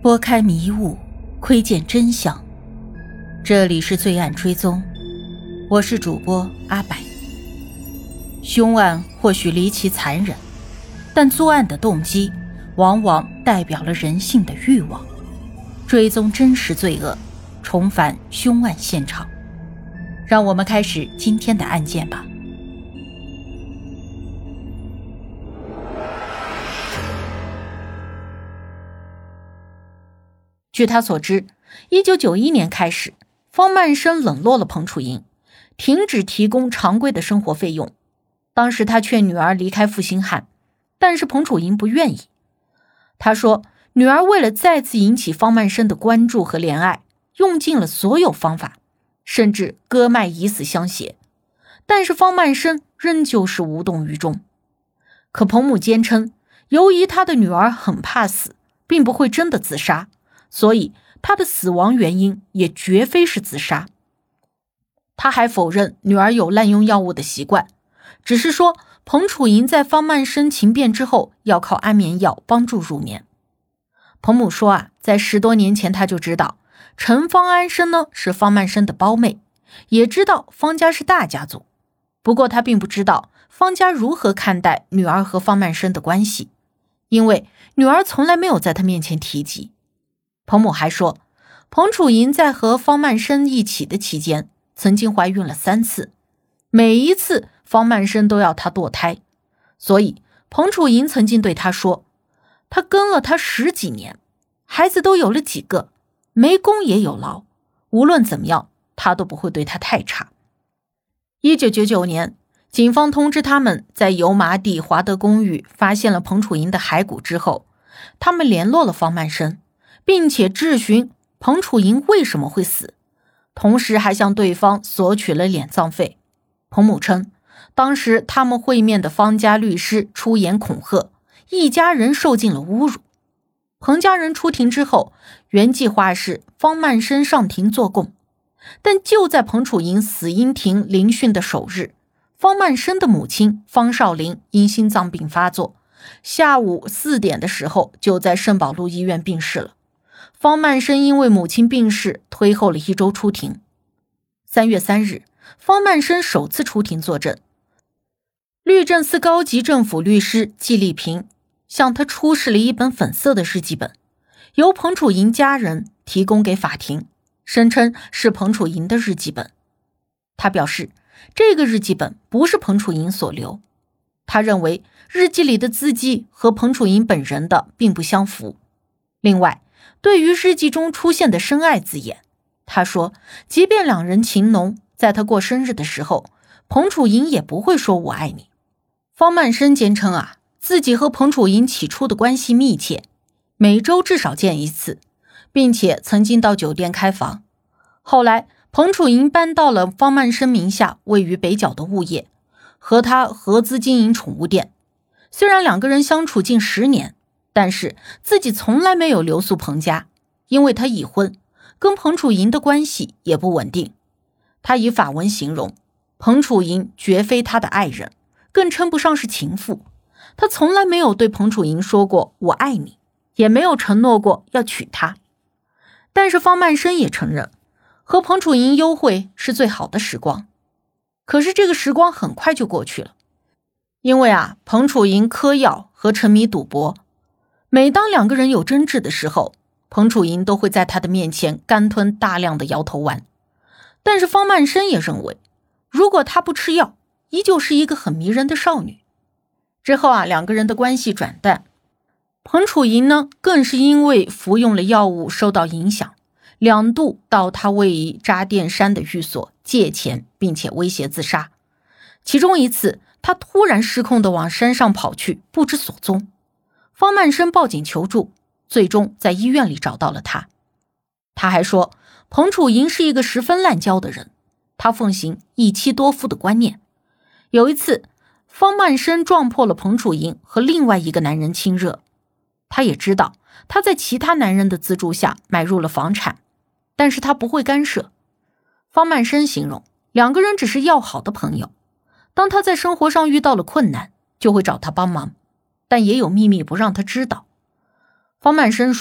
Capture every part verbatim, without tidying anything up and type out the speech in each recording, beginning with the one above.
拨开迷雾，窥见真相。这里是罪案追踪，我是主播阿柏。凶案或许离奇残忍，但作案的动机往往代表了人性的欲望。追踪真实罪恶，重返凶案现场。让我们开始今天的案件吧。据他所知，一九九一年开始，方曼生冷落了彭楚莹，停止提供常规的生活费用。当时他劝女儿离开负心汉，但是彭楚莹不愿意。他说，女儿为了再次引起方曼生的关注和怜爱，用尽了所有方法，甚至割脉以死相胁，但是方曼生仍旧是无动于衷。可彭母坚称，由于他的女儿很怕死，并不会真的自杀，所以他的死亡原因也绝非是自杀。他还否认女儿有滥用药物的习惯，只是说彭楚莹在方曼生情变之后要靠安眠药帮助入眠。彭母说啊，在十多年前他就知道陈方安生呢是方曼生的胞妹，也知道方家是大家族，不过他并不知道方家如何看待女儿和方曼生的关系，因为女儿从来没有在他面前提及。彭母还说，彭楚莹在和方曼生一起的期间，曾经怀孕了三次，每一次方曼生都要她堕胎，所以彭楚莹曾经对她说，她跟了他十几年，孩子都有了几个，没功也有劳，无论怎么样，他都不会对他太差。一九九九年，警方通知他们在油麻地华德公寓发现了彭楚莹的骸骨之后，他们联络了方曼生，并且质询彭楚莹为什么会死，同时还向对方索取了敛葬费。彭母称，当时他们会面的方家律师出言恐吓，一家人受尽了侮辱。彭家人出庭之后，原计划是方曼生上庭作供，但就在彭楚莹死因庭聆讯的首日，方曼生的母亲方少玲因心脏病发作，下午四点的时候就在圣保路医院病逝了。方曼生因为母亲病逝，推后了一周出庭。三月三日，方曼生首次出庭作证。律政司高级政府律师季立平向他出示了一本粉色的日记本，由彭楚莹家人提供给法庭，声称是彭楚莹的日记本。他表示，这个日记本不是彭楚莹所留，他认为日记里的字迹和彭楚莹本人的并不相符。另外，对于日记中出现的深爱字眼，他说，即便两人情浓，在他过生日的时候，彭楚莹也不会说我爱你。方曼生坚称啊，自己和彭楚莹起初的关系密切，每周至少见一次，并且曾经到酒店开房。后来彭楚莹搬到了方曼生名下位于北角的物业，和他合资经营宠物店。虽然两个人相处近十年，但是自己从来没有留宿彭家，因为他已婚，跟彭楚莹的关系也不稳定。他以法文形容，彭楚莹绝非他的爱人，更称不上是情妇。他从来没有对彭楚莹说过我爱你，也没有承诺过要娶她。但是方曼生也承认，和彭楚莹幽会是最好的时光。可是这个时光很快就过去了，因为啊，彭楚莹嗑药和沉迷赌博。每当两个人有争执的时候，彭楚莹都会在他的面前干吞大量的摇头丸。但是方曼生也认为，如果他不吃药，依旧是一个很迷人的少女。之后啊，两个人的关系转淡。彭楚莹呢，更是因为服用了药物受到影响，两度到他位于渣甸山的寓所借钱，并且威胁自杀。其中一次，他突然失控地往山上跑去，不知所踪。方曼生报警求助，最终在医院里找到了他。他还说，彭楚莹是一个十分滥交的人，他奉行一妻多夫的观念。有一次，方曼生撞破了彭楚莹和另外一个男人亲热。他也知道他在其他男人的资助下买入了房产，但是他不会干涉。方曼生形容，两个人只是要好的朋友，当他在生活上遇到了困难，就会找他帮忙，但也有秘密不让他知道。方曼生说，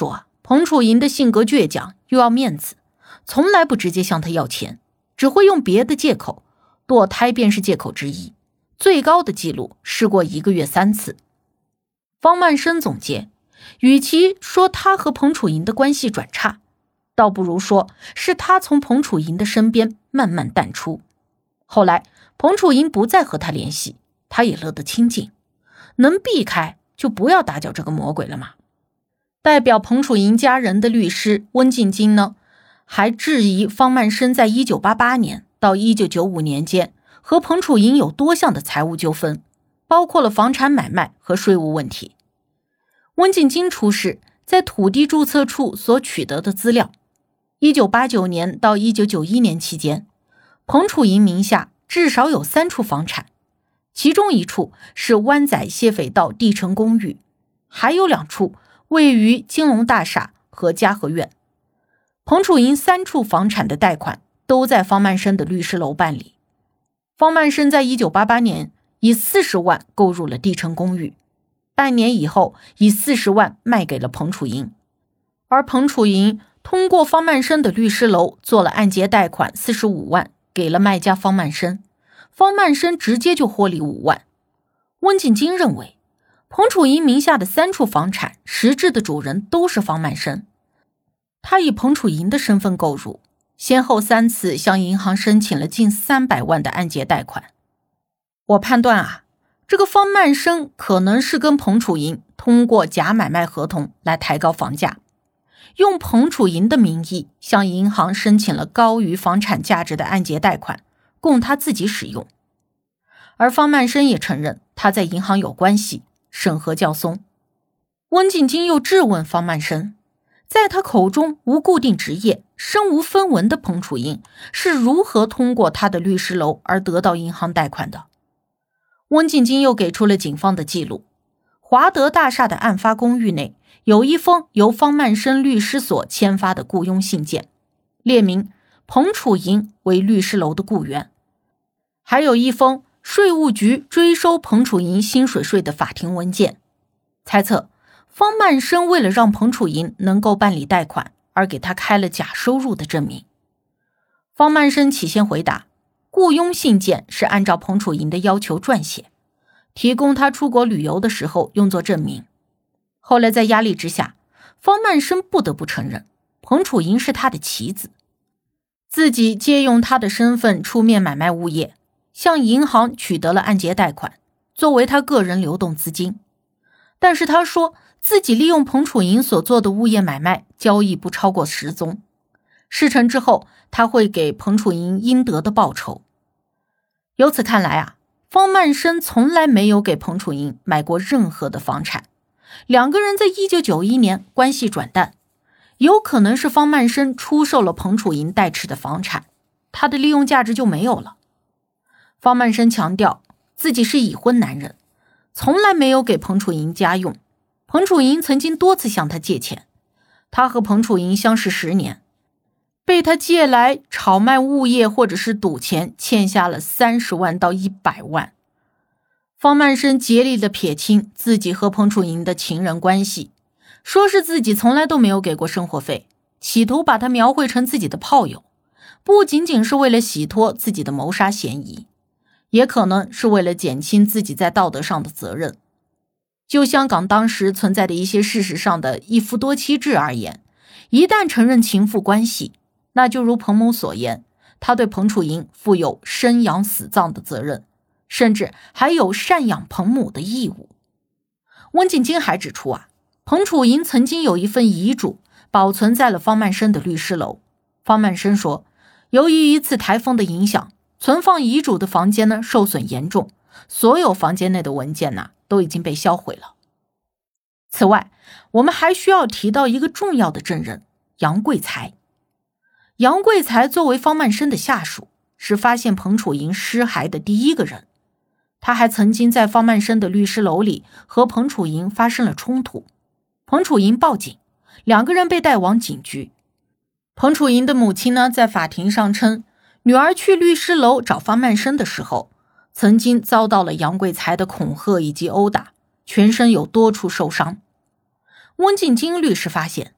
彭楚莹的性格倔强，又要面子，从来不直接向他要钱，只会用别的借口，堕胎便是借口之一，最高的记录试过一个月三次。方曼生总结，与其说他和彭楚莹的关系转差，倒不如说是他从彭楚莹的身边慢慢淡出。后来彭楚莹不再和他联系，他也乐得清静，能避开就不要打搅这个魔鬼了嘛。代表彭楚莹家人的律师温静晶呢，还质疑方曼生在一九八八年到一九九五年间和彭楚莹有多项的财务纠纷，包括了房产买卖和税务问题。温静晶出示在土地注册处所取得的资料，一九八九年到一九九一年期间，彭楚莹名下至少有三处房产，其中一处是湾仔谢斐道地城公寓，还有两处位于金龙大厦和嘉禾苑。彭楚莹三处房产的贷款都在方曼生的律师楼办理。方曼生在一九八八年以四十万购入了地城公寓，半年以后以四十万卖给了彭楚莹，而彭楚莹通过方曼生的律师楼做了按揭贷款四十五万给了卖家方曼生，方曼生直接就获利五万。温静晶认为彭楚莹名下的三处房产实质的主人都是方曼生，他以彭楚莹的身份购入，先后三次向银行申请了近三百万的按揭贷款。我判断啊，这个方曼生可能是跟彭楚莹通过假买卖合同来抬高房价，用彭楚莹的名义向银行申请了高于房产价值的按揭贷款，供他自己使用。而方曼生也承认他在银行有关系，审核较松。温静晶又质问方曼生，在他口中无固定职业、身无分文的彭楚莹是如何通过他的律师楼而得到银行贷款的。温静晶又给出了警方的记录，华德大厦的案发公寓内有一封由方曼生律师所签发的雇佣信件，列明彭楚莹为律师楼的雇员，还有一封税务局追收彭楚莹薪水税的法庭文件，猜测方曼生为了让彭楚莹能够办理贷款而给他开了假收入的证明。方曼生起先回答，雇佣信件是按照彭楚莹的要求撰写，提供他出国旅游的时候用作证明。后来在压力之下，方曼生不得不承认彭楚莹是他的棋子，自己借用他的身份出面买卖物业，向银行取得了按揭贷款，作为他个人流动资金。但是他说自己利用彭楚莹所做的物业买卖交易不超过十宗，事成之后他会给彭楚莹应得的报酬。由此看来啊，方曼生从来没有给彭楚莹买过任何的房产，两个人在一九九一年关系转淡，有可能是方曼生出售了彭楚莹代持的房产，他的利用价值就没有了。方曼生强调自己是已婚男人，从来没有给彭楚莹家用，彭楚莹曾经多次向他借钱，他和彭楚莹相识十年，被他借来炒卖物业或者是赌钱，欠下了三十万到一百万。方曼生竭力地撇清自己和彭楚莹的情人关系，说是自己从来都没有给过生活费，企图把他描绘成自己的炮友，不仅仅是为了洗脱自己的谋杀嫌疑，也可能是为了减轻自己在道德上的责任。就香港当时存在的一些事实上的一夫多妻制而言，一旦承认情妇关系，那就如彭某所言，他对彭楚莹负有生养死葬的责任，甚至还有赡养彭母的义务。温静晶还指出啊，彭楚莹曾经有一份遗嘱保存在了方曼生的律师楼。方曼生说，由于一次台风的影响，存放遗嘱的房间呢受损严重，所有房间内的文件呢都已经被销毁了。此外，我们还需要提到一个重要的证人杨贵才。杨贵才作为方曼生的下属，是发现彭楚莹尸骸的第一个人。他还曾经在方曼生的律师楼里和彭楚莹发生了冲突，彭楚莹报警，两个人被带往警局。彭楚莹的母亲呢，在法庭上称，女儿去律师楼找方曼生的时候，曾经遭到了杨贵才的恐吓以及殴打，全身有多处受伤。温静晶律师发现，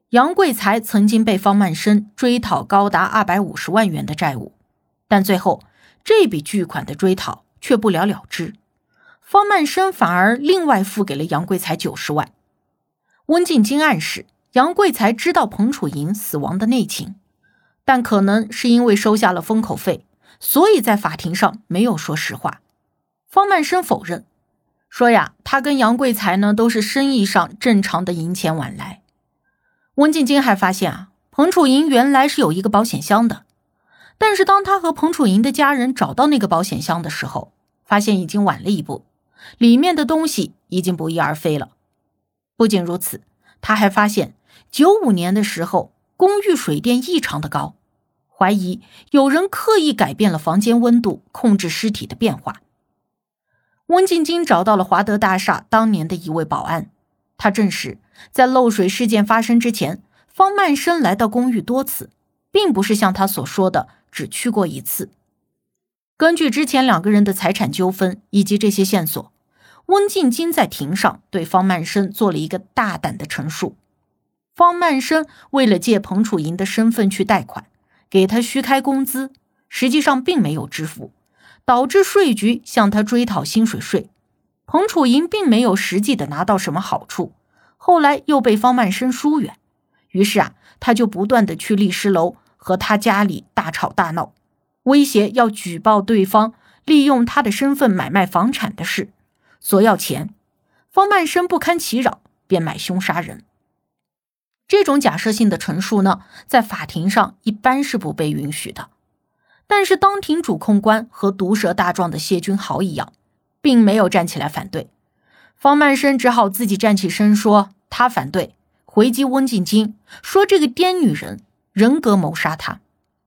杨贵才曾经被方曼生追讨高达二百五十万元的债务，但最后这笔巨款的追讨却不了了之，方曼生反而另外付给了杨贵才九十万。温静京暗示杨贵才知道彭楚莹死亡的内情，但可能是因为收下了封口费，所以在法庭上没有说实话。方曼生否认，说呀，他跟杨贵才呢都是生意上正常的银钱往来。温静京还发现啊，彭楚莹原来是有一个保险箱的，但是当他和彭楚莹的家人找到那个保险箱的时候，发现已经晚了一步，里面的东西已经不翼而飞了。不仅如此，他还发现九五年的时候公寓水电异常的高，怀疑有人刻意改变了房间温度，控制尸体的变化。温静京找到了华德大厦当年的一位保安，他证实在漏水事件发生之前，方曼生来到公寓多次，并不是像他所说的只去过一次。根据之前两个人的财产纠纷以及这些线索，温静京在庭上对方曼生做了一个大胆的陈述。方曼生为了借彭楚莹的身份去贷款，给他虚开工资，实际上并没有支付，导致税局向他追讨薪水税。彭楚莹并没有实际的拿到什么好处，后来又被方曼生疏远，于是啊，他就不断的去律师楼和他家里大吵大闹，威胁要举报对方利用他的身份买卖房产的事，索要钱。方曼生不堪其扰，便买凶杀人。这种假设性的陈述呢，在法庭上一般是不被允许的。但是当庭主控官和毒舌大状的谢君豪一样，并没有站起来反对。方曼生只好自己站起身说他反对，回击温静京，说这个癫女人人格谋杀他。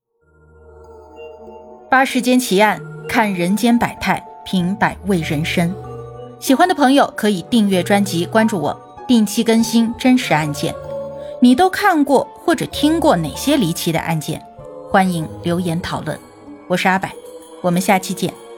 八世间奇案，看人间百态，品百味人生。喜欢的朋友可以订阅专辑，关注我，定期更新真实案件。你都看过或者听过哪些离奇的案件？欢迎留言讨论。我是阿柏，我们下期见。